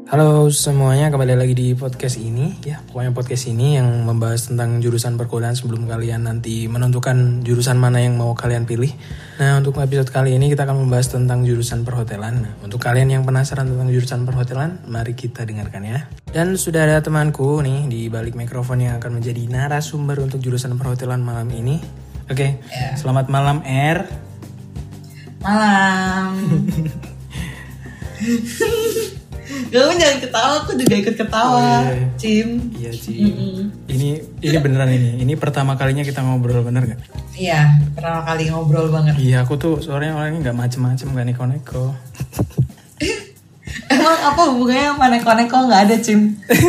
Halo semuanya, kembali lagi di podcast ini. Ya, pokoknya podcast ini yang membahas tentang jurusan perkuliahan sebelum kalian nanti menentukan jurusan mana yang mau kalian pilih. Nah, untuk episode kali ini kita akan membahas tentang jurusan perhotelan. Nah, untuk kalian yang penasaran tentang jurusan perhotelan, mari kita dengarkan ya. Dan sudah ada temanku nih di balik mikrofon yang akan menjadi narasumber untuk jurusan perhotelan malam ini. Oke, Selamat malam R. Malam. Kamu jangan ketawa, aku juga ikut ketawa. Cim. Iya Cim. Ini beneran ini. Ini pertama kalinya kita ngobrol, bener gak? Iya, pertama kali ngobrol banget. Iya, aku tuh suaranya orangnya gak macem-macem, gak neko-neko. Emang apa hubungannya sama neko-neko? Gak ada, Cim.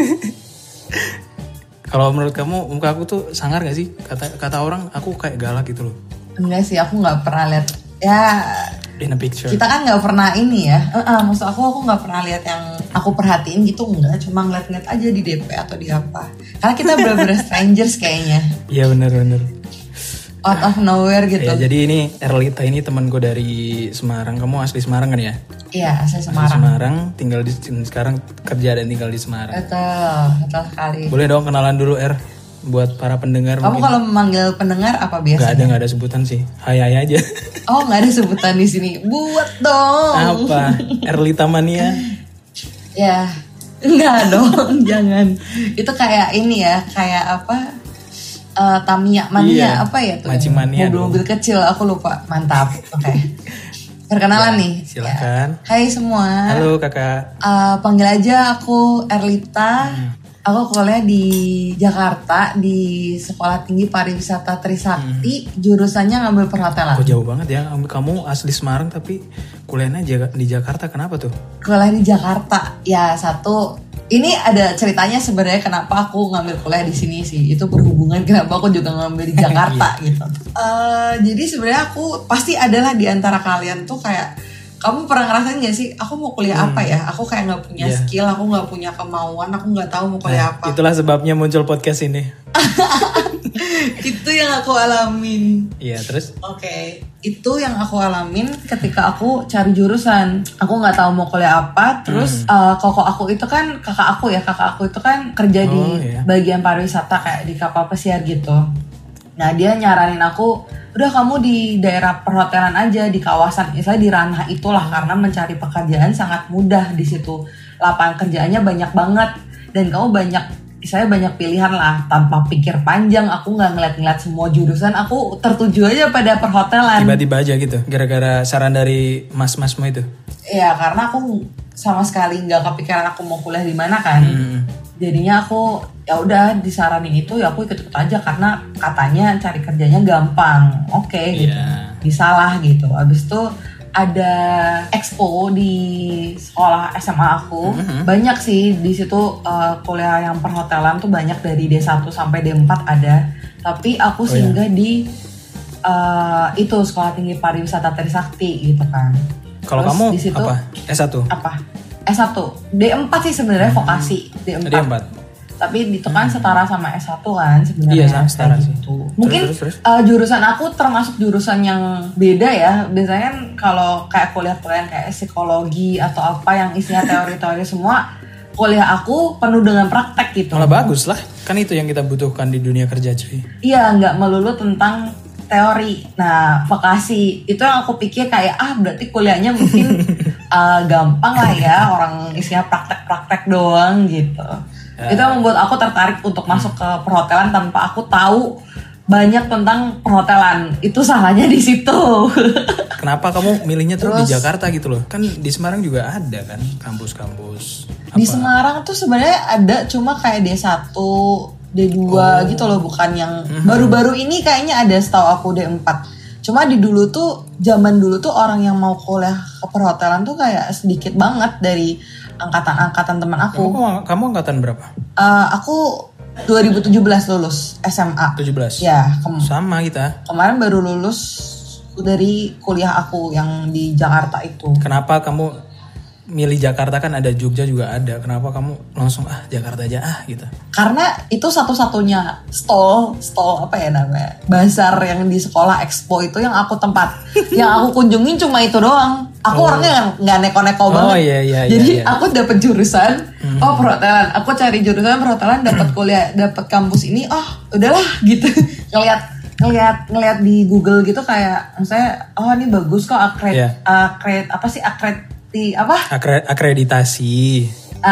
Kalau menurut kamu muka aku tuh sangar gak sih? Kata orang aku kayak galak gitu loh. Enggak sih, aku gak pernah lihat. Ya, in a picture. Kita kan gak pernah ini ya. Maksud aku gak pernah lihat yang aku perhatiin gitu. Enggak, cuma ngeliat-ngeliat aja di DP atau di apa. Karena kita bener-bener strangers kayaknya. Iya bener-bener. Out of nowhere gitu. Ya, jadi ini Erlita ini temanku dari Semarang. Kamu asli Semarang kan ya? Iya, asli Semarang. Asli Semarang, tinggal di sekarang kerja dan tinggal di Semarang. Betul sekali. Boleh dong kenalan dulu buat para pendengar. Kamu kalau memanggil pendengar apa biasanya? Gak ada sebutan sih. Hai aja. Oh, gak ada sebutan di sini. Buat dong. Apa? Erlita Mania? Ya, enggak dong, jangan. Itu kayak ini ya, kayak apa? Tamiya Mania, iya, apa ya tuh? Mancing Mania. Mobil-mobil kecil, aku lupa. Mantap. Oke. Perkenalan nih. Silakan. Ya. Hai semua. Halo kakak. Panggil aja aku Erlita. Aku kuliah di Jakarta di Sekolah Tinggi Pariwisata Trisakti, jurusannya ngambil perhotelan. Kok jauh banget ya, kamu asli Semarang tapi kuliahnya di Jakarta, kenapa tuh? Kuliah di Jakarta, ya satu, ini ada ceritanya sebenarnya kenapa aku ngambil kuliah di sini sih, itu berhubungan kenapa aku juga ngambil di Jakarta gitu. Jadi sebenarnya aku pasti adalah di antara kalian tuh kayak, kamu pernah ngerasain gak sih, aku mau kuliah apa ya? Aku kayak gak punya skill, aku gak punya kemauan, aku gak tahu mau kuliah apa. Itulah sebabnya muncul podcast ini. Itu yang aku alamin. Iya, terus? Oke. Itu yang aku alamin ketika aku cari jurusan. Aku gak tahu mau kuliah apa. Terus koko aku itu kan, kakak aku itu kan kerja di bagian pariwisata kayak di kapal pesiar gitu. Nah, dia nyaranin aku, udah kamu di daerah perhotelan aja, di kawasan, misalnya di ranah itulah, karena mencari pekerjaan sangat mudah di situ. Lapangan kerjaannya banyak banget, dan kamu banyak pilihan lah. Tanpa pikir panjang, aku nggak ngeliat semua jurusan, aku tertuju aja pada perhotelan. Tiba-tiba aja gitu, gara-gara saran dari mas-masmu itu? Iya, karena aku sama sekali nggak kepikiran aku mau kuliah di mana kan. Jadinya aku ya udah disaranin itu, ya aku ikut-ikut aja karena katanya cari kerjanya gampang. Oke, gitu. Bisalah gitu. Abis itu ada expo di sekolah SMA aku. Banyak sih di situ kuliah yang perhotelan tuh banyak, dari D1 sampai D4 ada. Tapi aku singgah di itu Sekolah Tinggi Pariwisata Trisakti gitu kan. Kalau kamu disitu, apa? S1? Apa? S1, D4 sih sebenarnya vokasi D4. Tapi itu kan setara sama S1 kan sebenarnya. Iya, setara sih. Gitu. Mungkin terus. Jurusan aku termasuk jurusan yang beda ya. Biasanya kan kalau kayak kuliah-kuliah kayak psikologi atau apa yang isinya teori-teori semua, kuliah aku penuh dengan praktek gitu. Malah bagus lah, kan itu yang kita butuhkan di dunia kerja cuy. Iya, nggak melulu tentang teori. Nah, vokasi itu yang aku pikir kayak berarti kuliahnya mungkin gampang lah ya, orang isinya praktek-praktek doang gitu. Itu yang membuat aku tertarik untuk masuk ke perhotelan tanpa aku tahu banyak tentang perhotelan. Itu salahnya di situ. Kenapa kamu milihnya tuh di Jakarta gitu loh? Kan di Semarang juga ada kan kampus-kampus. Di Semarang tuh sebenarnya ada, cuma kayak D1, D2 gitu loh, bukan yang baru-baru ini kayaknya ada, setahu aku D4. Cuma zaman dulu tuh orang yang mau kuliah ke perhotelan tuh kayak sedikit banget dari angkatan teman aku. Kamu angkatan berapa? Aku 2017 lulus SMA. 17? Ya. Sama kita. Kemarin baru lulus dari kuliah aku yang di Jakarta itu. Kenapa kamu milih Jakarta? Kan ada Jogja juga ada. Kenapa kamu langsung Jakarta aja gitu? Karena itu satu-satunya stall apa ya namanya, bazar yang di sekolah expo itu yang aku yang aku kunjungin cuma itu doang. Aku orangnya nggak neko-neko banget. Jadi aku dapet jurusan, perhotelan. Aku cari jurusan perhotelan, dapet kuliah, dapet kampus ini. Oh, udahlah gitu. ngeliat di Google gitu kayak, misalnya, oh ini bagus kok akreditasi.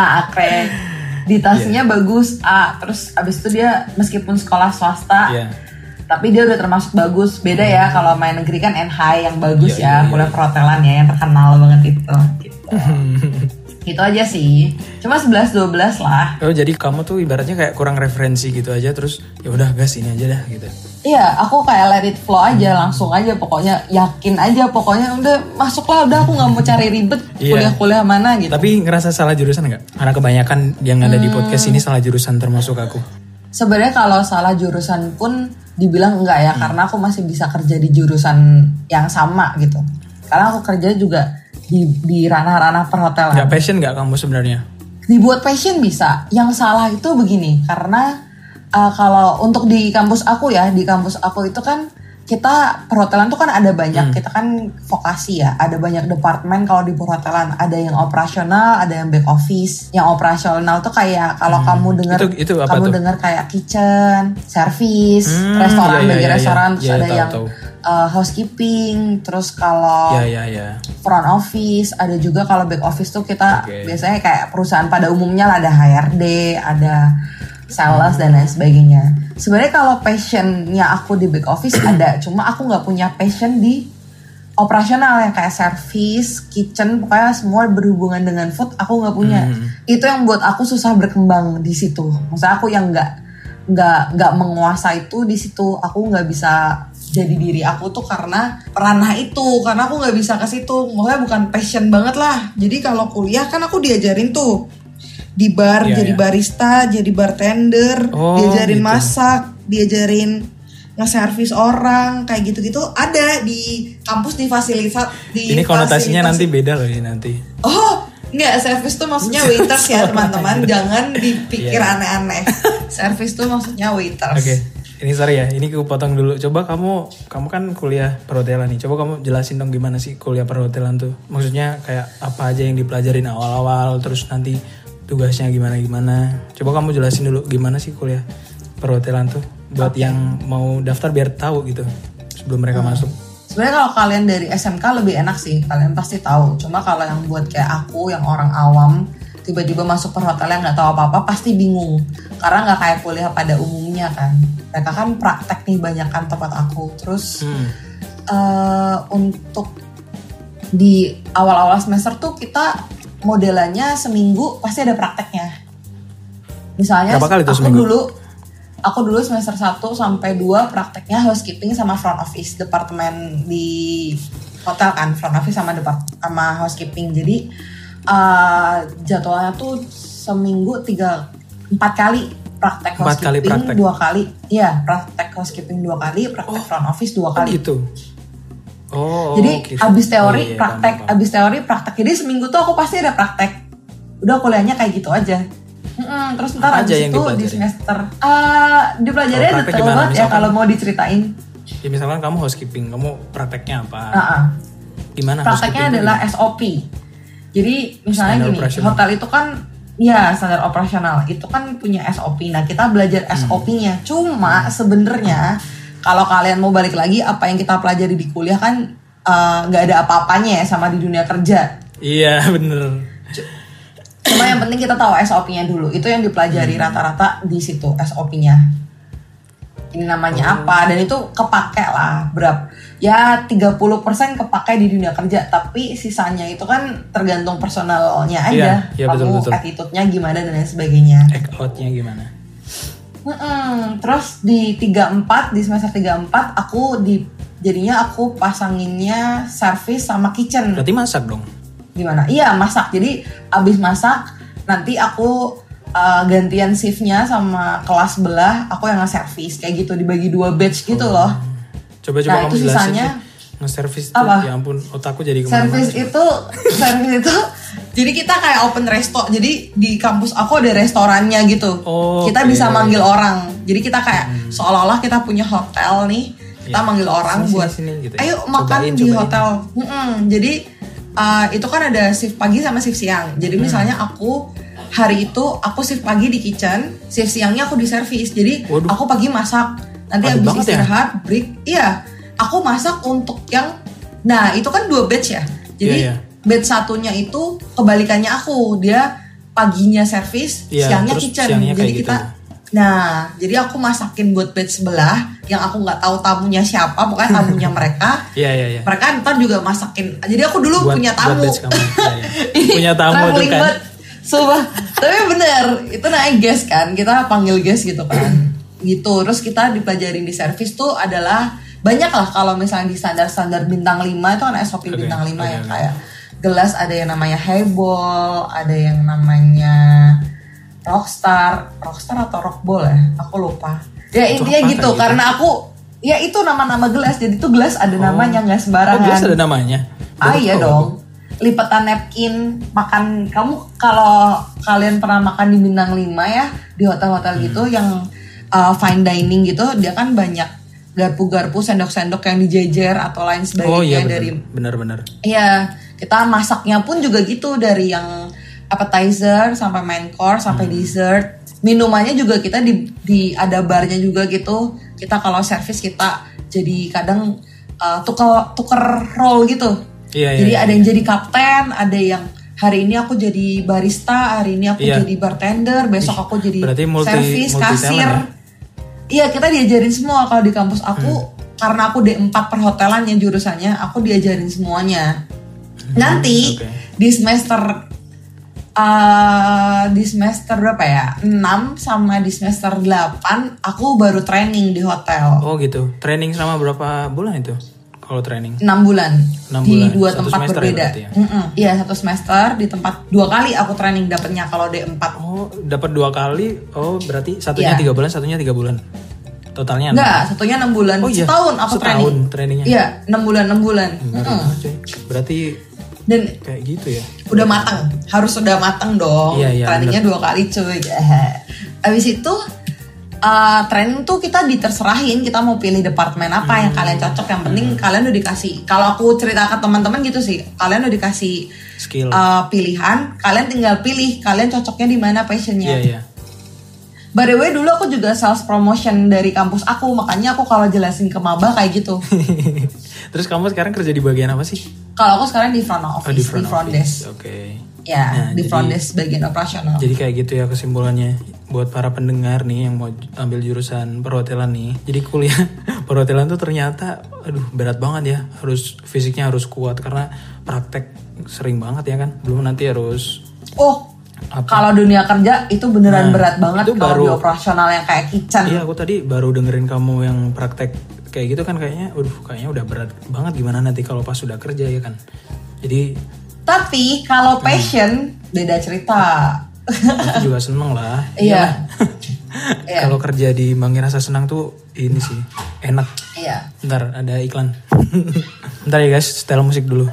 Akreditasinya bagus. Terus abis itu dia meskipun sekolah swasta. Tapi dia udah termasuk bagus. Beda ya kalau main negeri kan NHI yang bagus kuliah perhotelan ya yang terkenal banget itu gitu. Gitu aja sih. Cuma 11-12 lah. Oh, jadi kamu tuh ibaratnya kayak kurang referensi gitu aja, terus ya udah gas ini aja dah gitu. Iya, aku kayak let it flow aja, langsung aja pokoknya, yakin aja pokoknya udah masuklah, udah aku nggak mau cari ribet kuliah-kuliah mana gitu. Tapi ngerasa salah jurusan nggak? Karena kebanyakan yang ada di podcast ini salah jurusan termasuk aku. Sebenarnya kalau salah jurusan pun dibilang enggak ya, karena aku masih bisa kerja di jurusan yang sama gitu. Karena aku kerja juga di ranah-ranah perhotelan. Gak passion gak kamu sebenarnya? Dibuat passion bisa. Yang salah itu begini, karena kalau untuk di kampus aku ya, di kampus aku itu kan kita perhotelan tuh kan ada banyak, kita kan vokasi ya, ada banyak departemen kalau di perhotelan, ada yang operasional, ada yang back office. Yang operasional tuh kayak kalau kamu dengar dengar kayak kitchen, service, restoran, bagi restoran, terus ada yang housekeeping, terus kalau front office, ada juga kalau back office tuh kita biasanya kayak perusahaan pada umumnya lah, ada HRD, ada sales dan lain sebagainya. Sebenarnya kalau passionnya aku di back office ada, cuma aku nggak punya passion di operasional yang kayak service, kitchen, pokoknya semua berhubungan dengan food aku nggak punya. Itu yang buat aku susah berkembang di situ. Maksudnya aku yang nggak menguasai itu di situ, aku nggak bisa jadi diri aku tuh karena ranah itu, karena aku nggak bisa ke situ. Maksudnya bukan passion banget lah. Jadi kalau kuliah kan aku diajarin tuh di bar, jadi barista, jadi bartender, diajarin masak, diajarin nge-service orang, kayak gitu-gitu ada di kampus, di fasilitas. Ini konotasinya nanti beda loh ini nanti. Oh, enggak, service tuh maksudnya waiters ya teman-teman, jangan dipikir aneh-aneh. Service tuh maksudnya waiters. Oke. Ini sorry ya, ini aku potong dulu. Coba kamu kan kuliah perhotelan nih. Coba kamu jelasin dong gimana sih kuliah perhotelan tuh. Maksudnya kayak apa aja yang dipelajarin awal-awal, terus nanti tugasnya gimana-gimana. Coba kamu jelasin dulu gimana sih kuliah perhotelan tuh. Buat yang mau daftar biar tahu gitu sebelum mereka masuk. Sebenarnya kalau kalian dari SMK lebih enak sih, kalian pasti tahu. Cuma kalau yang buat kayak aku yang orang awam, tiba-tiba masuk perhotelan nggak tahu apa-apa, pasti bingung. Karena nggak kayak kuliah pada umumnya kan. Mereka kan praktek nih banyak kan tempat aku. Terus untuk di awal-awal semester tuh kita modelannya seminggu pasti ada prakteknya. Misalnya berapa kali tuh seminggu? Aku dulu semester 1 sampai 2 prakteknya housekeeping sama front office, departemen di hotel kan, front office sama housekeeping. Jadi jadwalnya tuh seminggu 4 kali praktek housekeeping, 2 kali. Iya, praktek housekeeping 2 kali, praktek front office 2 kali. Gitu. Jadi abis teori praktek. Jadi seminggu tuh aku pasti ada praktek. Udah kuliahnya kayak gitu aja. Terus ntar abis itu di semester dipelajari detail banget ya kalau mau diceritain. Ya misalkan kamu housekeeping, kamu prakteknya apa? Gimana? Prakteknya adalah SOP. Jadi misalnya gini, hotel itu kan ya standar operasional, itu kan punya SOP. Nah kita belajar SOP-nya. Cuma sebenarnya kalau kalian mau balik lagi, apa yang kita pelajari di kuliah kan nggak ada apa-apanya ya sama di dunia kerja. Iya bener. Cuma yang penting kita tahu SOP-nya dulu. Itu yang dipelajari rata-rata di situ SOP-nya. Ini namanya apa, dan itu kepake lah berapa. Ya 30% kepake di dunia kerja, tapi sisanya itu kan tergantung personalnya aja. Iya, kamu attitude-nya gimana dan lain sebagainya. Act out-nya gimana. Terus di 3-4, di semester 3-4 jadinya aku pasanginnya service sama kitchen. Berarti masak dong? Gimana? Iya masak. Jadi abis masak nanti aku gantian shiftnya sama kelas belah, aku yang nge-service kayak gitu, dibagi 2 batch gitu loh. Coba kamu jelasin sih. Nge-service itu ya ampun, otakku jadi kemana-mana. Service itu jadi kita kayak open resto. Jadi di kampus aku ada restorannya gitu. Kita bisa manggil orang. Jadi kita kayak seolah-olah kita punya hotel nih. Kita manggil orang buat gitu. Ayo makan di hotel. Jadi itu kan ada shift pagi sama shift siang. Jadi misalnya aku hari itu aku shift pagi di kitchen, shift siangnya aku di service. Jadi aku pagi masak, nanti habis istirahat, break. Iya, aku masak untuk yang, nah itu kan 2 batch ya. Jadi batch satunya itu kebalikannya aku, dia paginya service, siangnya kitchen. Jadi kita nah, jadi aku masakin buat batch sebelah yang aku nggak tahu tamunya siapa, pokoknya tamunya mereka. Iya. Mereka ntar juga masakin. Jadi aku dulu punya tamu. Punya tamu tuh kan. Sumpah. Tapi bener, itu naik guest kan, kita panggil guest gitu kan. Gitu. Terus kita dipelajarin di service tuh adalah banyak lah, kalau misalnya di standar-standar bintang 5 itu kan SOP bintang 5 yang kayak gelas ada yang namanya highball, ada yang namanya Rockstar atau Rockball ya, aku lupa. Ya intinya gitu, karena aku ya itu nama-nama gelas, jadi tuh gelas ada namanya nggak sembarangan. Gelas ada namanya? Iya dong. Lipatan napkin, makan, kamu kalau kalian pernah makan di bintang 5 ya, di hotel-hotel gitu yang fine dining gitu, dia kan banyak garpu-garpu, sendok-sendok yang dijejer atau lain sebagainya. Dari benar. Iya, kita masaknya pun juga gitu, dari yang appetizer sampai main course sampai dessert. Minumannya juga kita di ada barnya juga gitu. Kita kalau service kita jadi kadang tuker roll gitu. Jadi ada yang jadi kapten, ada yang hari ini aku jadi barista, hari ini aku jadi bartender, besok aku jadi service, kasir. Iya, kita diajarin semua kalau di kampus aku. Karena aku D4 perhotelannya jurusannya, aku diajarin semuanya. Nanti di semester berapa ya? 6 sama di semester 8 aku baru training di hotel. Oh gitu. Training selama berapa bulan itu? Kalau training? 6 bulan. Di 2 tempat berbeda. Ya, iya, 1 semester di tempat 2 kali aku training dapatnya kalau D4. Oh, dapat 2 kali. Oh, berarti satunya 3 bulan, satunya 3 bulan. Totalnya 6. Enggak, satunya 6 bulan. Setahun aku training. Trainingnya. Iya, 6 bulan. Berarti dan kayak gitu ya. Udah matang, harus udah matang dong. Trainingnya 2 kali cuy. Abis itu training tuh kita diterserahin, kita mau pilih departemen apa yang kalian cocok. Yang penting kalian udah dikasih. Kalau aku cerita ke teman-teman gitu sih, kalian udah dikasih skill, pilihan, kalian tinggal pilih kalian cocoknya di mana, passionnya. Iya. By the way, dulu aku juga sales promotion dari kampus aku, makanya aku kalau jelasin ke maba kayak gitu. Terus kamu sekarang kerja di bagian apa sih? Kalau aku sekarang di front office, di front desk. Oke. Ya, di front desk bagian operasional. Jadi kayak gitu ya kesimpulannya buat para pendengar nih yang mau ambil jurusan perhotelan nih. Jadi kuliah perhotelan tuh ternyata berat banget ya. Fisiknya harus kuat karena praktek sering banget ya kan. Belum nanti harus kalau dunia kerja itu beneran berat banget kalau di operasional yang kayak kitchen. Iya, aku tadi baru dengerin kamu yang praktek kayak gitu kan, kayaknya udah berat banget. Gimana nanti kalau pas sudah kerja ya kan. Jadi tapi kalau passion beda cerita. Aku juga seneng lah. Iya. Kalau kerja di Bangi Rasa Senang tuh ini sih enak. Iya. Bentar ada iklan. Bentar ya guys, setel musik dulu.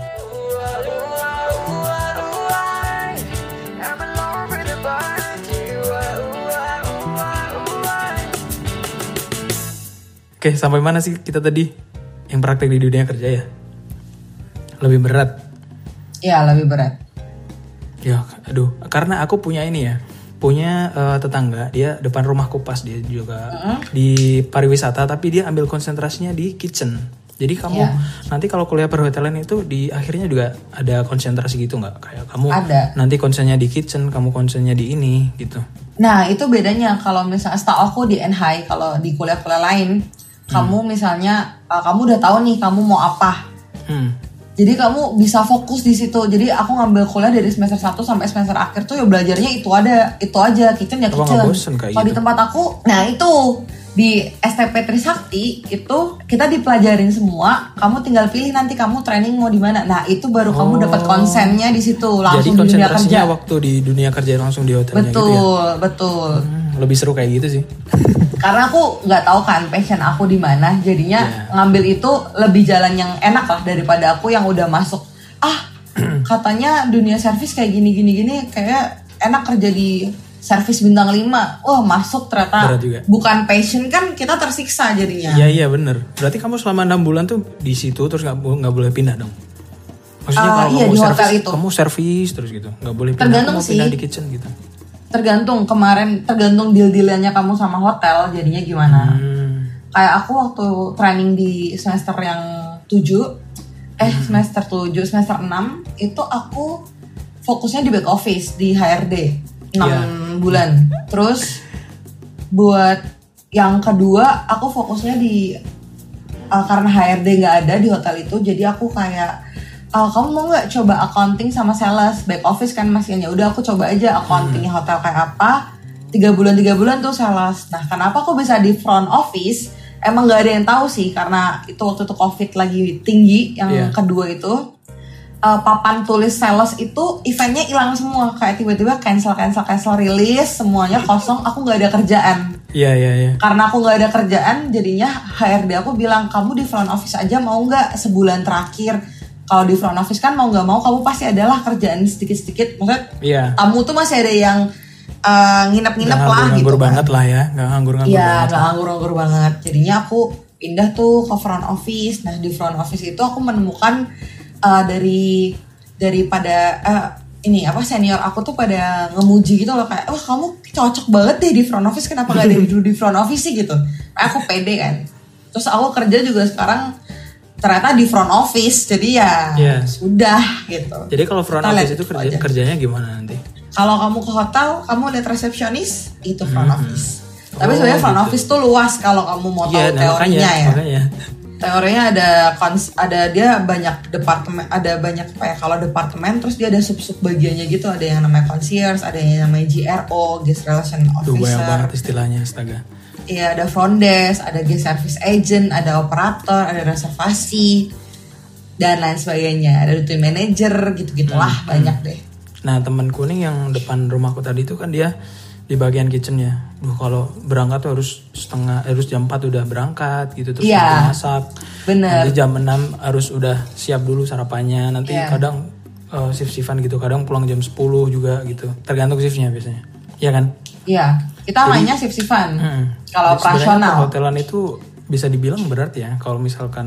Oke, sampai mana sih kita tadi? Yang praktek di dunia kerja ya? Lebih berat. Iya, lebih berat. Ya, karena aku punya ini ya. Punya tetangga, dia depan rumahku pas, dia juga di pariwisata, tapi dia ambil konsentrasinya di kitchen. Jadi kamu nanti kalau kuliah perhotelan itu di akhirnya juga ada konsentrasi gitu nggak? Kayak kamu nanti konsennya di kitchen, kamu konsennya di ini gitu. Nah, itu bedanya kalau misalnya setahu aku di NHI, kalau di kuliah-kuliah lain, kamu misalnya kamu udah tahu nih kamu mau apa. Jadi kamu bisa fokus di situ. Jadi aku ngambil kuliah dari semester 1 sampai semester akhir tuh ya belajarnya itu aja, kitchen ya kitchen. Kalau di tempat aku, nah itu di STP Trisakti itu kita dipelajarin semua. Kamu tinggal pilih nanti kamu training mau di mana. Nah itu baru kamu dapat konsennya di situ langsung di dunia kerja. Jadi konsentrasinya waktu di dunia kerja langsung di hotelnya gitu ya. Betul. Lebih seru kayak gitu sih. Karena aku nggak tahu kan passion aku di mana, jadinya ngambil itu lebih jalan yang enak lah daripada aku yang udah masuk. Katanya dunia servis kayak gini kayak enak kerja di servis bintang 5. Masuk ternyata bukan passion, kan kita tersiksa jadinya. Iya bener. Berarti kamu selama 6 bulan tuh di situ terus nggak boleh pindah dong? Maksudnya kalau iya, kamu di servis, hotel itu. kamu servis terus gitu, nggak boleh Tergantung kamu pindah sih. di kitchen gitu. Tergantung deal-dealannya kamu sama hotel jadinya gimana. Kayak aku waktu training di semester yang 7, semester 6 itu aku fokusnya di back office di HRD 6 bulan. Terus buat yang kedua aku fokusnya di karena HRD nggak ada di hotel itu, jadi aku kayak kamu mau nggak coba accounting sama sales, back office kan masih ya udah aku coba aja accountingnya hotel kayak apa. 3 bulan tuh sales. Nah kenapa aku bisa di front office? Emang nggak ada yang tahu sih, karena itu waktu itu COVID lagi tinggi. Yang kedua itu papan tulis sales itu eventnya hilang semua, kayak tiba-tiba cancel rilis semuanya kosong. Aku nggak ada kerjaan. Iya. Karena aku nggak ada kerjaan, jadinya HRD aku bilang kamu di front office aja mau nggak sebulan terakhir. Kalau di front office kan mau nggak mau kamu pasti adalah kerjaan sedikit-sedikit. Maksudnya kamu tuh masih ada yang nginep-nginep lah gitu nganggur kan. Banget lah ya, nggak nganggur-nganggur banget. Iya, nggak nganggur-nganggur banget. Jadinya aku pindah tuh ke front office. Nah di front office itu aku menemukan daripada senior aku tuh pada ngemuji gitu loh, kayak wah kamu cocok banget deh di front office, kenapa gak dari dulu di front office sih gitu. Aku pede kan. Terus aku kerja juga sekarang ternyata di front office, jadi ya sudah gitu. Jadi kalau front office itu kerjanya gimana nanti? Kalau kamu ke hotel, kamu lihat resepsionis, itu front office. Tapi sebenarnya front office tuh luas kalau kamu mau tahu teorinya makanya. Teorinya ada dia banyak departemen, ada banyak kalau departemen terus dia ada sub bagiannya gitu, ada yang namanya concierge, ada yang namanya GRO, guest relation officer. Banyak banget istilahnya, astaga. Iya, ada front desk, ada guest service agent, ada operator, ada reservasi dan lain sebagainya, ada duty manager gitu-gitulah, banyak deh. Nah, temanku nih yang depan rumahku tadi itu kan dia di bagian kitchennya. Kalau berangkat tuh harus jam 4 udah berangkat gitu, terus udah masak. Bener. Nanti jam 6 harus udah siap dulu sarapannya. Nanti kadang shift-shiftan gitu, kadang pulang jam 10 juga gitu. Tergantung shiftnya biasanya. Iya kan? Iya, kita mainnya shift-shiftan. Kalau operasional. Hotelan itu bisa dibilang berat ya. Kalau misalkan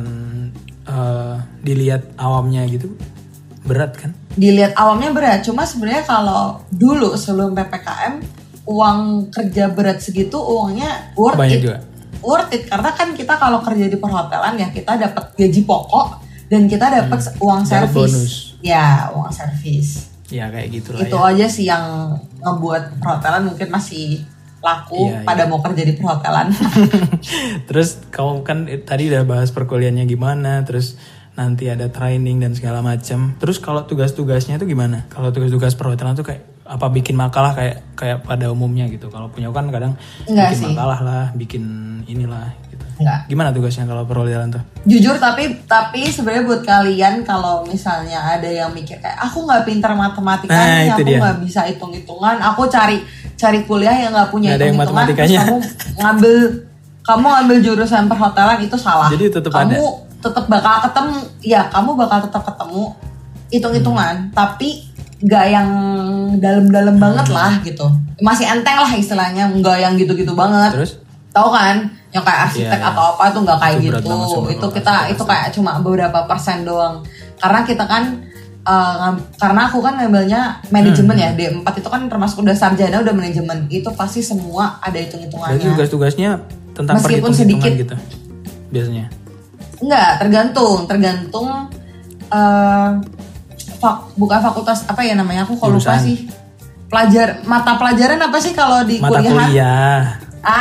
dilihat awamnya gitu, berat kan? Dilihat awamnya berat, cuma sebenarnya kalau dulu sebelum PPKM uang kerja berat segitu uangnya worth banyak it. Juga. Worth it karena kan kita kalau kerja di perhotelan ya kita dapat gaji pokok dan kita dapat uang servis. Ya, uang servis. Ya kayak gitulah. Itu aja sih yang ngebuat perhotelan mungkin masih laku pada mau kerja di perhotelan. Terus kamu kan tadi udah bahas perkuliahannya gimana, terus nanti ada training dan segala macam. Terus kalau tugas-tugasnya itu gimana? Kalau tugas-tugas perhotelan tuh kayak apa, bikin makalah kayak pada umumnya gitu. Kalau punya kan kadang bikin makalah lah, bikin inilah gitu. Enggak. Gimana tugasnya kalau perhotelan tuh? Jujur tapi sebenarnya buat kalian kalau misalnya ada yang mikir kayak aku nggak pintar matematika nih, aku nggak bisa hitung-hitungan, aku cari kuliah yang nggak punya hitung-hitungan, kamu ngambil jurusan perhotelan itu salah. Jadi tetap kamu bakal tetap ketemu hitung-hitungan, tapi nggak yang dalam-dalam banget lah gitu. Masih enteng lah istilahnya, nggak yang gitu-gitu banget. Terus? Tahu kan, yang kayak arsitek atau apa itu nggak kayak gitu. Itu kayak cuma beberapa persen doang. Karena kita kan, karena aku kan ngambilnya manajemen ya, D4 itu kan termasuk udah sarjana, udah manajemen. Itu pasti semua ada hitung-hitungannya. Berarti tugas-tugasnya tentang perhitung-hitungan gitu biasanya? Enggak, tergantung bukan fakultas apa ya namanya, aku kalau lupa sih. Mata pelajaran apa sih kalau di mata kuliah?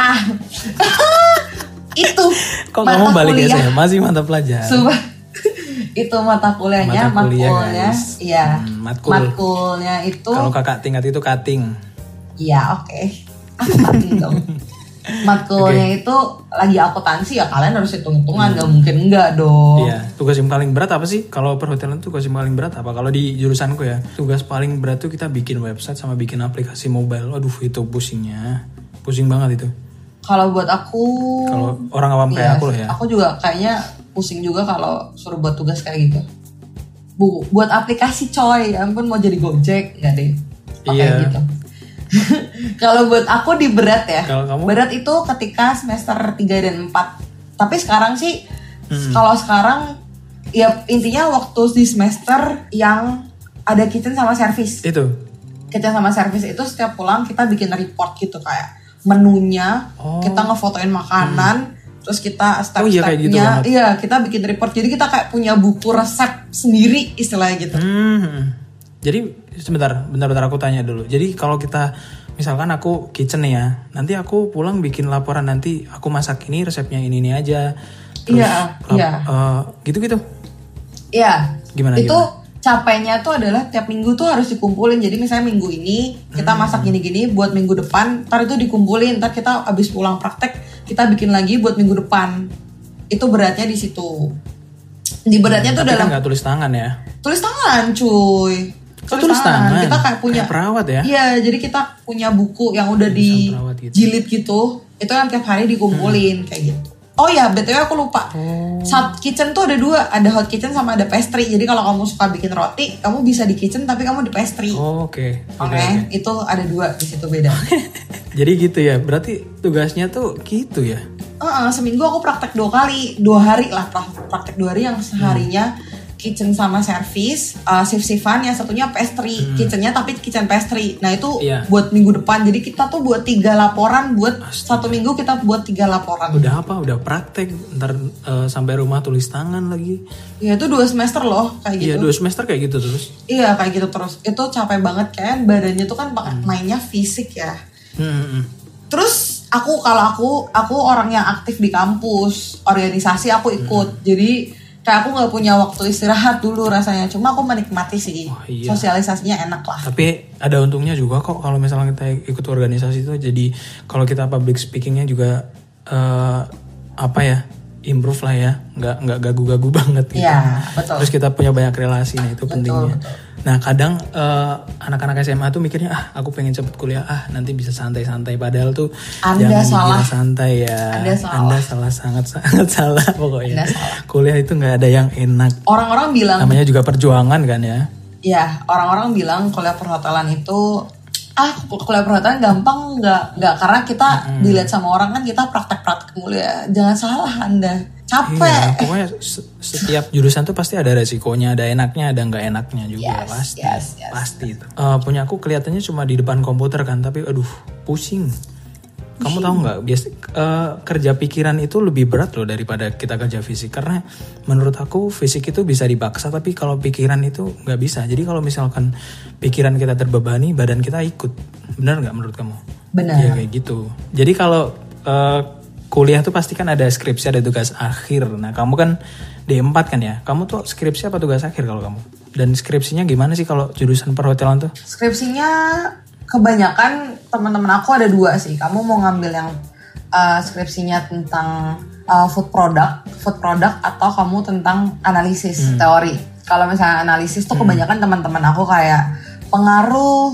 Itu. Kok kamu balik ya saya masih mata pelajaran? Itu mata kuliahnya, matkulnya. Iya. Matkulnya itu. Kalau kakak tingkat itu cutting. Iya, oke. Aku cutting dong. Matkulnya itu lagi akuntansi ya, kalian harus hitung-hitungan, gak mungkin enggak dong. Iya, tugas yang paling berat apa sih? Kalau perhotelan tugas yang paling berat apa? Kalau di jurusanku ya, tugas paling berat tuh kita bikin website sama bikin aplikasi mobile. Aduh, itu pusing banget itu. Kalau buat aku, kalau orang awam kayak aku loh ya. Aku juga kayaknya pusing juga kalau suruh buat tugas kayak gitu. Buat aplikasi coy, ampun mau jadi Gojek nggak deh? Kayak gitu. Kalau buat aku di berat ya. Berat itu ketika semester 3 dan 4. Tapi sekarang sih kalau sekarang Ya intinya waktu di semester yang ada kitchen sama service. Itu. Kitchen sama service itu setiap pulang kita bikin report gitu kayak menunya, kita ngefotoin makanan, terus kita step-stepnya, gitu iya kita bikin report. Jadi kita kayak punya buku resep sendiri istilahnya gitu. Jadi bentar aku tanya dulu. Jadi kalau kita misalkan aku kitchen nih ya, nanti aku pulang bikin laporan, nanti aku masak ini resepnya ini aja. Terus, gitu-gitu. Iya. Gimana? Capeknya tuh adalah tiap minggu tuh harus dikumpulin. Jadi misalnya minggu ini kita masak gini-gini buat minggu depan, ntar itu dikumpulin, ntar kita abis pulang praktek kita bikin lagi buat minggu depan. Itu beratnya di situ. Di beratnya tuh dalam. Nggak tulis tangan ya? Tulis tangan, cuy. Tulis tangan. Kita kayak punya kayak perawat ya? Iya, jadi kita punya buku yang udah dijilid gitu. Itu yang tiap hari dikumpulin kayak gitu. Oh ya, BTW aku lupa. Saat kitchen tuh ada 2, ada hot kitchen sama ada pastry. Jadi kalau kamu suka bikin roti, kamu bisa di kitchen tapi kamu di pastry. Oke. Itu ada 2 di situ beda. Jadi gitu ya. Berarti tugasnya tuh gitu ya. Seminggu aku praktek 2 kali, 2 hari lah praktek 2 hari yang seharinya kitchen sama service, shift-shiftan, yang satunya pastry, kitchennya tapi kitchen pastry. Nah itu buat minggu depan. Jadi kita tuh buat 3 laporan, buat 1 minggu kita buat 3 laporan. Udah apa? Udah praktek, ntar sampai rumah tulis tangan lagi. Ya itu 2 semester loh kayak gitu. Iya 2 semester kayak gitu terus. Iya kayak gitu terus. Itu capek banget kan, badannya tuh kan mainnya fisik ya. Terus aku orang yang aktif di kampus, organisasi aku ikut. Jadi kayak aku gak punya waktu istirahat dulu rasanya. Cuma aku menikmati sih. Sosialisasinya enak lah. Tapi ada untungnya juga kok kalau misalnya kita ikut organisasi itu. Jadi kalau kita public speakingnya juga improve lah ya. Nggak gagu-gagu banget gitu. Iya, betul. Terus kita punya banyak relasi. Nah itu pentingnya. Betul. Nah kadang anak-anak SMA tuh mikirnya aku pengen cepet kuliah, nanti bisa santai-santai, padahal tuh Anda salah. Santai ya. Anda salah, sangat salah pokoknya. Anda salah. Kuliah itu nggak ada yang enak. Orang-orang bilang. Namanya juga perjuangan kan ya. Iya, orang-orang bilang kuliah perhotelan itu kuliah perhotelan gampang nggak karena kita dilihat sama orang kan kita praktek-praktek mulia. Jangan salah Anda. Capek. Iya, pokoknya setiap jurusan tuh pasti ada resikonya, ada enaknya, ada nggak enaknya juga. Pasti itu. Punya aku kelihatannya cuma di depan komputer kan, tapi pusing. Kamu tahu nggak, kerja pikiran itu lebih berat loh daripada kita kerja fisik. Karena menurut aku fisik itu bisa dipaksa, tapi kalau pikiran itu nggak bisa. Jadi kalau misalkan pikiran kita terbebani, badan kita ikut. Benar nggak menurut kamu? Benar. Ya kayak gitu. Jadi kalau kuliah tuh pasti kan ada skripsi, ada tugas akhir. Nah kamu kan D4 kan ya. Kamu tuh skripsi apa tugas akhir kalau kamu? Dan skripsinya gimana sih kalau jurusan perhotelan tuh? Skripsinya kebanyakan teman-teman aku ada 2 sih. Kamu mau ngambil yang skripsinya tentang food product atau kamu tentang analisis teori. Kalau misalnya analisis tuh kebanyakan teman-teman aku kayak pengaruh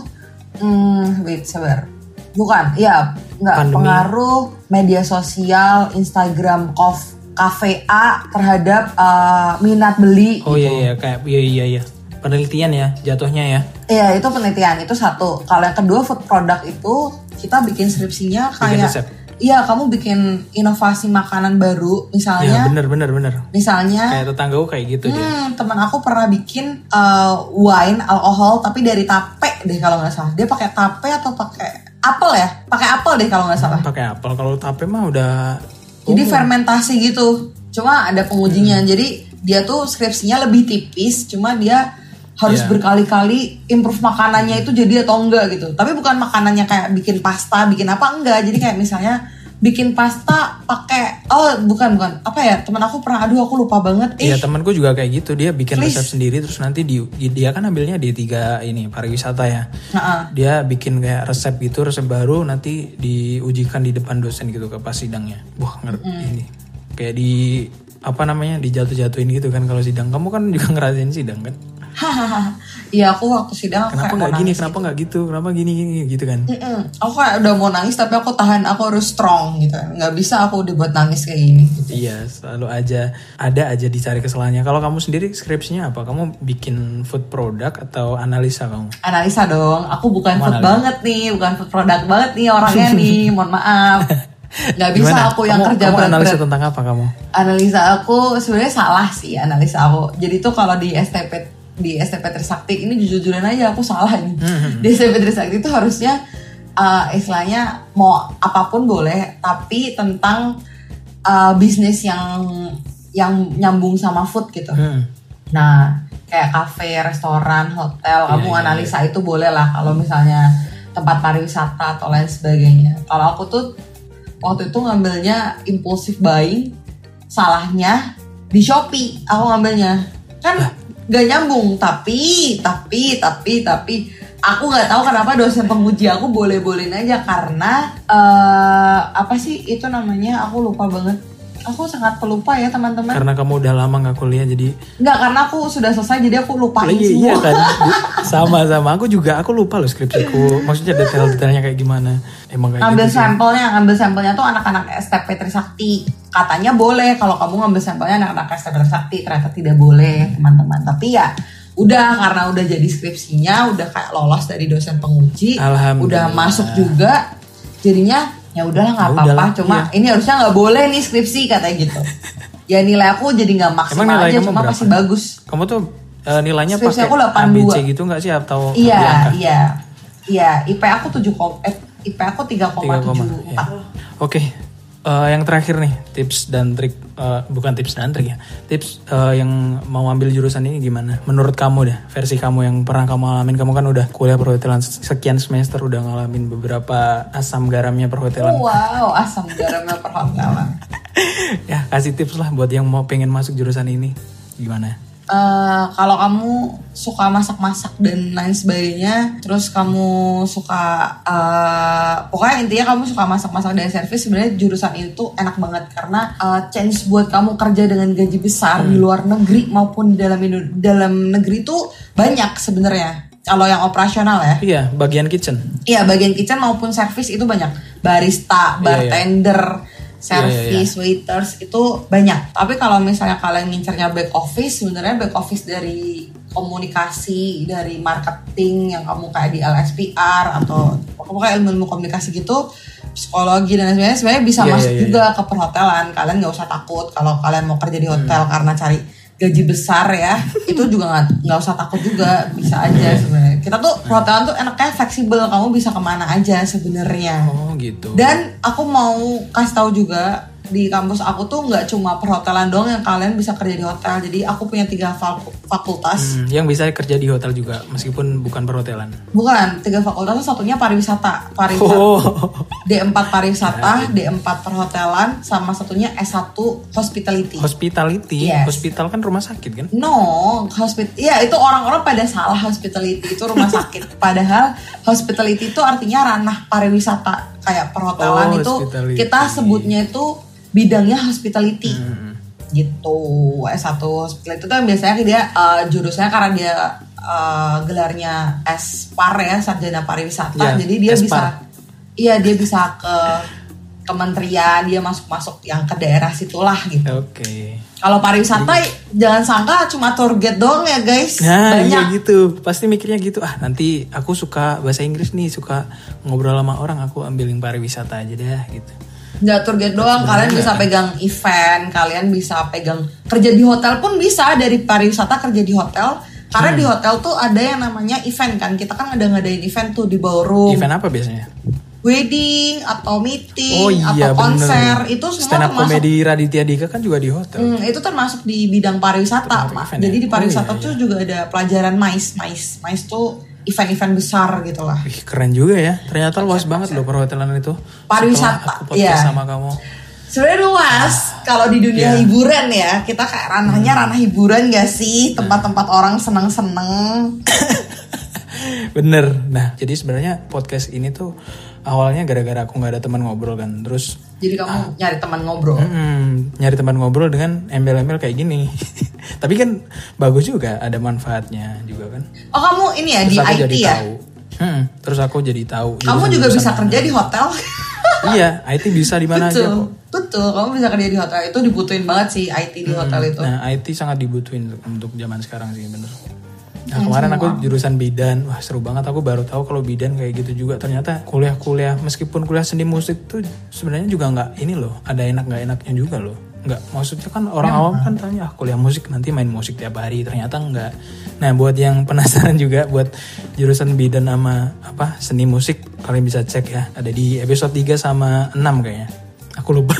pengaruh media sosial, Instagram, cafe A terhadap minat beli. Oh gitu. Iya. Penelitian ya jatuhnya ya. Iya itu penelitian, itu satu. Kalau yang kedua food product itu kita bikin skripsinya kayak kamu bikin inovasi makanan baru misalnya. Iya bener. Misalnya kayak tetanggaku kayak gitu dia. Teman aku pernah bikin wine alkohol tapi dari tape deh kalau nggak salah. Dia pakai tape atau pakai apel ya? Pakai apel deh kalau nggak salah. Pakai apel. Kalau tape mah udah. Jadi fermentasi gitu. Cuma ada pengujinya. Jadi dia tuh skripsinya lebih tipis. Cuma dia harus berkali-kali improve makanannya itu jadi atau enggak gitu. Tapi bukan makanannya kayak bikin pasta, bikin apa enggak. Jadi kayak misalnya bikin pasta pakai bukan apa ya, teman aku pernah aku lupa banget. Iya temanku juga kayak gitu, dia bikin resep sendiri terus nanti dia kan ambilnya D3 ini pariwisata ya. Dia bikin kayak resep gitu, resep baru nanti diujikan di depan dosen gitu ke pas sidangnya. Wah ini kayak dijatuh-jatuhin gitu kan kalau sidang. Kamu kan juga ngerasain sidang kan? Iya aku waktu sidang kenapa nggak gini, kenapa nggak gitu, kenapa gini gitu kan? Aku kayak udah mau nangis tapi aku tahan, aku harus strong gitu, nggak bisa aku dibuat nangis kayak gini. Iya selalu ada aja dicari kesalahannya. Kalau kamu sendiri skripsinya apa? Kamu bikin food product atau analisa kamu? Analisa dong, aku bukan food banget nih, bukan food product banget nih orangnya nih, mohon maaf. Nggak bisa Gimana? aku yang kerja kamu berat-berat. analisa tentang apa kamu? Analisa aku sebenarnya salah sih analisa aku. Jadi tuh kalau di STP Trisakti ini jujur-jujuran aja aku salah nih. Di STP Trisakti itu harusnya istilahnya mau apapun boleh, tapi tentang bisnis yang nyambung sama food gitu. Nah, kayak kafe, restoran, hotel, kamu analisa itu boleh lah kalau misalnya tempat pariwisata atau lain sebagainya. Kalau aku tuh waktu itu ngambilnya impulsive buying, salahnya di Shopee aku ngambilnya. Kan gak nyambung, tapi aku nggak tahu kenapa dosen penguji aku boleh-bolehin aja karena apa sih itu namanya, aku lupa banget. Aku sangat pelupa ya teman-teman. Karena kamu udah lama gak kuliah jadi. Enggak, karena aku sudah selesai jadi aku lupain semua. Iya kan. Sama aku juga, aku lupa loh skripsiku. Maksudnya detail-detailnya kayak gimana. Emang kayak ngambil gitu. Ngambil sampelnya tuh anak-anak STP Trisakti. Katanya boleh kalau kamu ngambil sampelnya anak-anak STP Trisakti, ternyata tidak boleh teman-teman. Tapi ya udah, karena udah jadi skripsinya, udah kayak lolos dari dosen penguji, udah masuk juga, jadinya ya udahlah nggak apa-apa. Cuma ini harusnya nggak boleh nih skripsi katanya gitu. Ya nilai aku jadi nggak maksimal aja, cuma berapa? Masih bagus. Kamu tuh nilainya skripsi pakai aku 82. ABC gitu nggak sih atau? Iya. IP aku 3,74. Oke. Yang terakhir nih, tips dan trik, bukan tips dan trik ya, tips yang mau ambil jurusan ini gimana? Menurut kamu deh, versi kamu yang pernah kamu alamin, kamu kan udah kuliah perhotelan sekian semester, udah ngalamin beberapa asam garamnya perhotelan. Wow, asam garamnya perhotelan. Ya, kasih tips lah buat yang mau pengen masuk jurusan ini, gimana? Kalau kamu suka masak-masak dan lain sebagainya, terus kamu suka pokoknya intinya kamu suka masak-masak dan servis, sebenarnya jurusan itu enak banget karena chance buat kamu kerja dengan gaji besar di luar negeri maupun di dalam negeri itu banyak sebenarnya. Kalau yang operasional ya. Iya, bagian kitchen. Iya, bagian kitchen maupun servis itu banyak. Barista, bartender, service, waiters itu banyak. Tapi kalau misalnya kalian ngincernya back office, sebenarnya back office dari komunikasi, dari marketing yang kamu kayak di LSPR atau pokoknya ilmu komunikasi gitu, psikologi dan lain-lain, sebenarnya bisa masuk juga ke perhotelan. Kalian nggak usah takut kalau kalian mau kerja di hotel karena cari gaji besar ya, itu juga nggak usah takut juga, bisa aja sebenarnya. Kita tuh perhotelan tuh enaknya fleksibel, kamu bisa kemana aja sebenarnya. Oh gitu. Dan aku mau kasih tahu juga di kampus aku tuh nggak cuma perhotelan doang yang kalian bisa kerja di hotel. Jadi aku punya 3 fakultas. Yang bisa kerja di hotel juga meskipun bukan perhotelan. Bukan, 3 fakultas, satunya pariwisata. D4 pariwisata, D4 perhotelan, sama satunya S1 hospitality. Hospitality? Yes. Hospital kan rumah sakit kan? No, ya itu orang-orang pada salah, hospitality itu rumah sakit. Padahal hospitality itu artinya ranah pariwisata. Kayak perhotelan itu kita sebutnya itu bidangnya hospitality. Gitu. S1 hospitality itu yang biasanya dia jurusannya karena dia gelarnya S-Par ya, sarjana pariwisata. Jadi dia S-Par. Dia bisa ke kementerian, dia masuk yang ke daerah situlah gitu. Oke. Kalau pariwisata jangan sangka cuma tour guide doang ya guys. Nah, banyak. Iya gitu. Pasti mikirnya gitu. Nanti aku suka bahasa Inggris nih, suka ngobrol sama orang, aku ambil yang pariwisata aja deh gitu. Nggak tour guide doang, kalian bisa pegang event, kalian bisa pegang kerja di hotel pun bisa, dari pariwisata kerja di hotel. Karena di hotel tuh ada yang namanya event kan. Kita kan ada ngadain event tuh di ballroom. Event apa biasanya? Wedding atau meeting atau konser, itu semua stand up termasuk. Komedi Raditya Dika kan juga di hotel. Itu termasuk di bidang pariwisata, Pak. Jadi di pariwisata tuh juga ada pelajaran MICE. MICE tuh event-event besar gitu lah. Keren juga ya. Ternyata luas banget loh perhotelan itu. Pariwisata. Aku podcast sama kamu. Sebenarnya luas. Kalau di dunia hiburan ya, kita kayak ranah hiburan gak sih? Tempat-tempat orang seneng-seneng. Bener. Nah, jadi sebenarnya podcast ini tuh awalnya gara-gara aku nggak ada teman ngobrol kan, terus. Jadi kamu nyari teman ngobrol. Nyari teman ngobrol dengan embel-embel kayak gini. Tapi kan bagus juga, ada manfaatnya juga kan. Oh kamu ini ya terus di IT ya? Terus aku jadi tahu. Kamu juga bisa kerja di hotel. Iya, IT bisa di mana aja kok. Betul, kamu bisa kerja di hotel, itu dibutuhin banget sih IT di hotel itu. Nah, IT sangat dibutuhin untuk zaman sekarang sih, bener. Nah kemarin aku jurusan bidan, wah seru banget. Aku baru tahu kalau bidan kayak gitu juga. Ternyata kuliah meskipun kuliah seni musik tuh sebenarnya juga nggak ini loh, ada enak nggak enaknya juga loh. Nggak, maksudnya kan orang awam kan tanya kuliah musik nanti main musik tiap hari, ternyata enggak. Nah buat yang penasaran juga buat jurusan bidan sama seni musik, kalian bisa cek ya, ada di episode 3 sama 6 kayaknya. Aku lupa.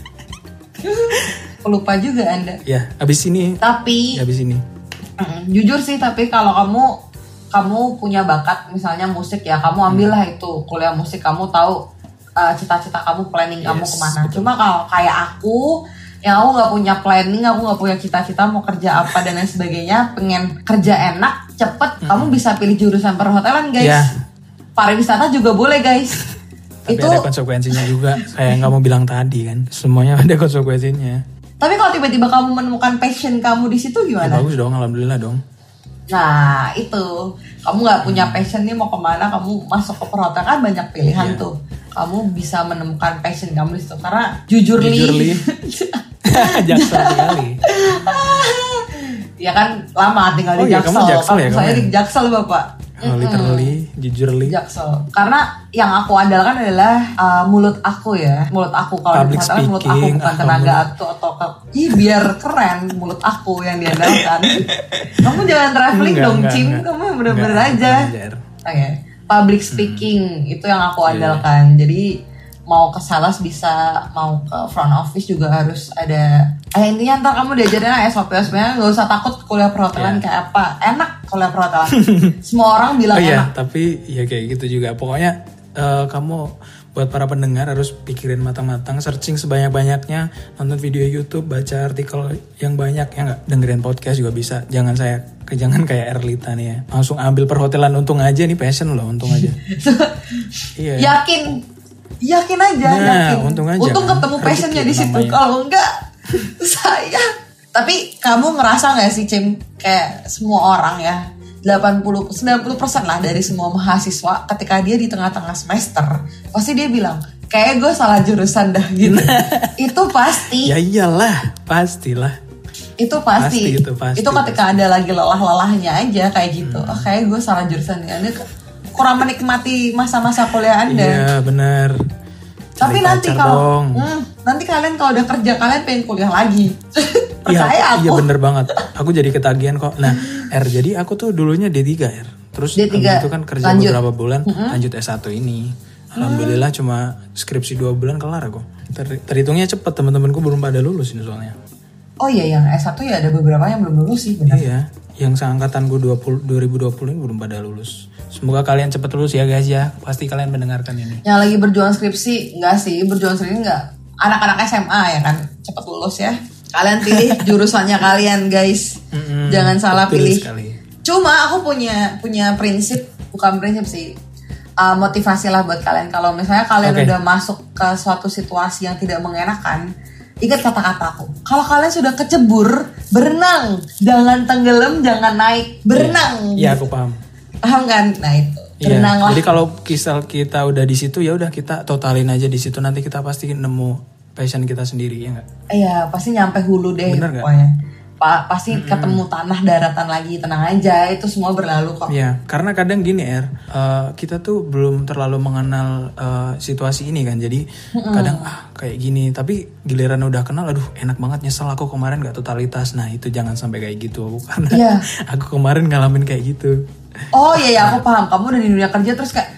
Aku lupa juga Anda. Ya abis ini. Tapi abis ini. Jujur sih, tapi kalau kamu punya bakat misalnya musik ya, kamu ambillah itu kuliah musik, kamu tahu cita-cita kamu, planning kamu kemana. Betul. Cuma kalau kayak aku yang aku nggak punya planning, aku nggak punya cita-cita mau kerja apa dan lain sebagainya, pengen kerja enak cepet, kamu bisa pilih jurusan perhotelan guys. Pariwisata juga boleh guys. Tapi itu ada konsekuensinya juga, kayak nggak mau bilang tadi kan, semuanya ada konsekuensinya. Tapi kalau tiba-tiba kamu menemukan passion kamu di situ gimana? Ya, bagus dong, alhamdulillah dong. Nah itu, kamu nggak punya passion nih mau kemana, kamu masuk ke perhotelan kan banyak pilihan tuh. Kamu bisa menemukan passion kamu di situ, karena jujur li. Jaksel sekali. Ya kan lama tinggal di Jaksel. Kamu Jaksel ya? Saya di Jaksel Bapak. Literally, jujur li. Jaksel. Karena yang aku andalkan adalah mulut aku ya. Mulut aku kalau di perhotelan mulut aku, bukan tenaga atau biar keren mulut aku yang diandalkan. Kamu jangan traveling dong, Cim. Kamu bener-bener aja. Oke. Public speaking itu yang aku andalkan. Jadi mau ke sales bisa, mau ke front office juga harus ada. Intinya ntar kamu diajarin SOP-nya, nggak usah takut kuliah perhotelan kayak apa. Enak kuliah perhotelan. Semua orang bilang enak. Tapi ya kayak gitu juga. Pokoknya kamu buat para pendengar harus pikirin matang-matang, searching sebanyak-banyaknya, nonton video YouTube, baca artikel yang banyak, ya nggak, dengerin podcast juga bisa. Jangan kayak Erlita nih ya, langsung ambil perhotelan, untung aja nih passion loh, untung aja. Yakin aja, yakin. Untung aja. Untung kan ketemu passionnya di situ. Kalau enggak, saya. Tapi kamu ngerasa nggak sih, Cim, kayak semua orang ya, 80-90% lah dari semua mahasiswa ketika dia di tengah-tengah semester pasti dia bilang kayak gue salah jurusan dah gitu. Itu pasti. Ya iyalah, pastilah. Itu pasti. Itu ketika ada lagi lelah-lelahnya aja kayak gitu. Kayak gue salah jurusan ya. Anda kurang menikmati masa-masa kuliah Anda. Iya benar. Tapi nanti kalau nanti kalian kalau udah kerja kalian pengen kuliah lagi. Percaya aku. Iya bener banget. Aku jadi ketagihan kok. Nah jadi aku tuh dulunya D3 Terus D3, itu kan kerja beberapa bulan, lanjut S1 ini. Alhamdulillah cuma skripsi 2 bulan kelar aku. Terhitungnya cepet, teman-temanku belum pada lulus ini soalnya. Oh iya, yang S1 ya ada beberapa yang belum lulus sih, benar. Iya, yang seangkatan gue 2020 ini belum pada lulus. Semoga kalian cepet lulus ya guys ya. Pasti kalian mendengarkan ini. Yang lagi berjuang skripsi, enggak sih, berjuang skripsi enggak. Anak-anak SMA ya kan, cepet lulus ya. Kalian pilih jurusannya kalian guys. Jangan salah pilih. Sekali. Cuma aku punya prinsip, bukan prinsip sih, motivasi lah buat kalian. Kalau misalnya kalian udah masuk ke suatu situasi yang tidak mengenakan, ingat kata-kata aku. Kalau kalian sudah kecebur, berenang, jangan tenggelam, jangan naik, berenang. Iya, aku paham. Paham kan? Nah itu, berenanglah. Jadi kalau kita udah di situ ya udah kita totalin aja di situ, nanti kita pasti nemu passion kita sendiri ya nggak? Iya, pasti nyampe hulu deh. Bener pokoknya. Pasti ketemu tanah daratan lagi, tenang aja, itu semua berlalu kok. Iya, karena kadang gini kita tuh belum terlalu mengenal situasi ini kan, jadi kadang kayak gini, tapi giliran udah kenal, aduh enak banget, nyesel aku kemarin gak totalitas. Nah itu jangan sampai kayak gitu, karena aku kemarin ngalamin kayak gitu. Oh iya, aku paham, kamu udah di dunia kerja terus kayak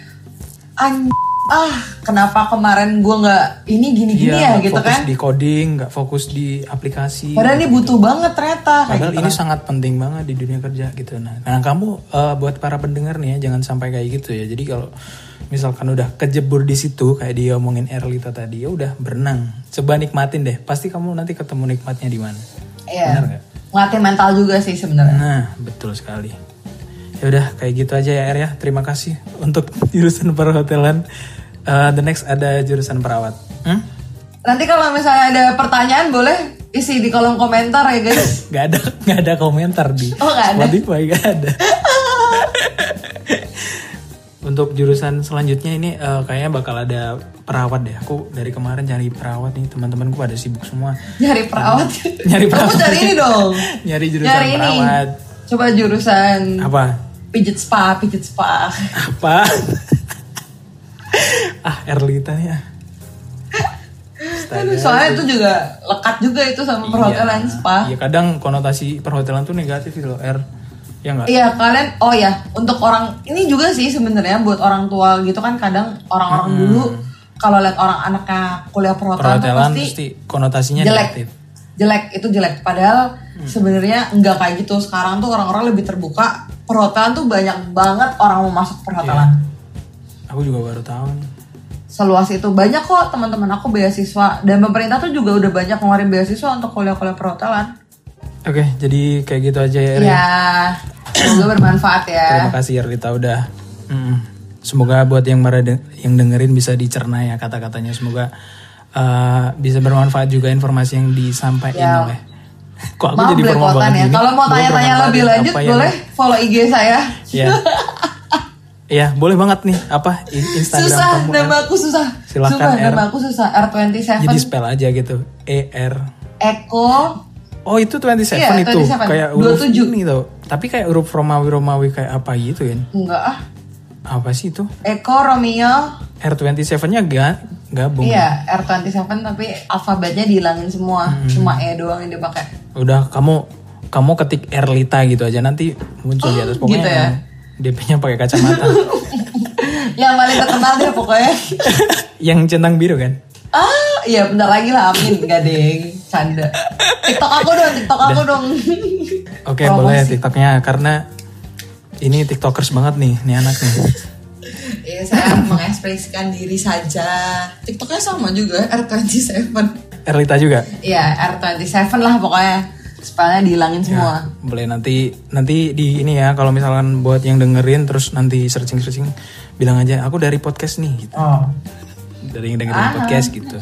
kenapa kemarin gue nggak ini gini-gini ya gitu kan? Fokus di coding, nggak fokus di aplikasi. Padahal ini butuh banget ternyata. Padahal ini sangat penting banget di dunia kerja gitu. Nah kamu buat para pendengar nih ya, jangan sampai kayak gitu ya. Jadi kalau misalkan udah kejebur di situ kayak dia omongin Erlita tadi, ya udah berenang. Coba nikmatin deh. Pasti kamu nanti ketemu nikmatnya di mana. Iya. Benar nggak? Ngelatih mental juga sih sebenarnya. Nah betul sekali. Ya udah kayak gitu aja ya ya. Terima kasih untuk jurusan perhotelan. The next ada jurusan perawat. Nanti kalau misalnya ada pertanyaan boleh isi di kolom komentar ya guys. Gak ada komentar di Spotify, gak ada. Untuk jurusan selanjutnya ini kayaknya bakal ada perawat deh. Aku dari kemarin cari perawat nih, teman-temanku pada sibuk semua. Nyari perawat. Nyari perawat. Kamu cari ini dong. Nyari jurusan perawat. Coba jurusan apa? Pijit spa. Apa? Erlita nih Aduh, soalnya itu juga lekat juga itu sama perhotelan spa. Iya, kadang konotasi perhotelan tuh negatif gitu loh, ya nggak? Iya, kalian untuk orang ini juga sih sebenarnya buat orang tua gitu kan, kadang orang-orang dulu kalau lihat orang anaknya kuliah perhotelan tuh pasti konotasinya negatif. Jelek. Padahal sebenarnya enggak kayak gitu. Sekarang tuh orang-orang lebih terbuka. Perhotelan tuh banyak banget orang mau masuk perhotelan. Aku juga baru tahu nih. Seluas itu banyak kok teman-teman aku beasiswa, dan pemerintah tuh juga udah banyak ngeluarin beasiswa untuk kuliah-kuliah perhotelan. Oke, jadi kayak gitu aja ya. Iya, semoga bermanfaat ya. Terima kasih Erlita udah. Semoga buat yang dengerin bisa dicerna ya kata-katanya. Semoga bisa bermanfaat juga informasi yang disampaikan oleh. Kok aku jadi promo banget ya. Kalau mau tanya-tanya lebih lanjut boleh follow IG saya. Iya. Iya, boleh banget nih. Apa Instagram susah, kamu? Nama aku susah. Silakan nama aku susah. R27. Jadi spell aja gitu. ER. Eko. Oh, itu 27 iya, itu. 27. Kayak huruf 27 ini tuh. Tapi kayak huruf Romawi kayak apa gitu kan? Enggak Apa sih itu? Eko Romeo. R27-nya gabung. Iya, R27 tapi alfabetnya dihilangin semua. Cuma E doang yang dipakai. Udah, kamu ketik Erlita gitu aja, nanti muncul di atas pokoknya. Gitu ya? DP-nya pakai kacamata. Yang paling terkenal deh pokoknya. Yang centang biru kan? Iya bentar lagi lah, amin. Gak deng, canda. TikTok aku dong. Oke, boleh TikToknya, karena ini tiktokers banget nih anak nih. Iya, saya mengekspresikan diri saja. TikToknya sama juga, R27. Erlita juga? Iya, R27 lah pokoknya. Spellnya dihilangin semua. Ya, boleh nanti di ini ya, kalau misalkan buat yang dengerin terus nanti searching bilang aja aku dari podcast nih gitu. Dari yang dengerin podcast gitu.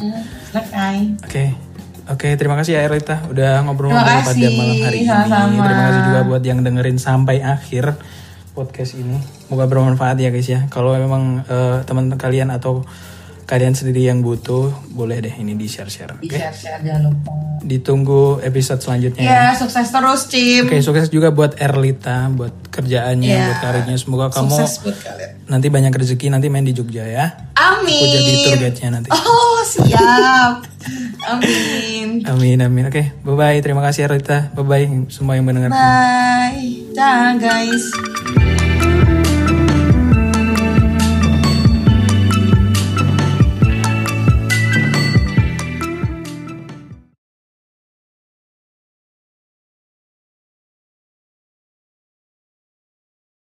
Oke, terima kasih ya Erlita udah ngobrol-ngobrol pada malam hari ini. Terima kasih juga buat yang dengerin sampai akhir podcast ini. Semoga bermanfaat ya guys ya. Kalau memang teman-teman kalian atau kalian sendiri yang butuh, boleh deh ini di-share. Di share jangan lupa. Ditunggu episode selanjutnya. Ya, sukses terus, Cim. Oke, sukses juga buat Erlita, buat kerjaannya, buat karirnya. Semoga kamu nanti banyak rezeki, nanti main di Jogja ya. Amin. Aku jadi tour guide-nya nanti. Oh, siap. Amin. Amin. Oke, bye-bye. Terima kasih Erlita. Bye-bye semua yang mendengarkan. Bye. Dah, guys.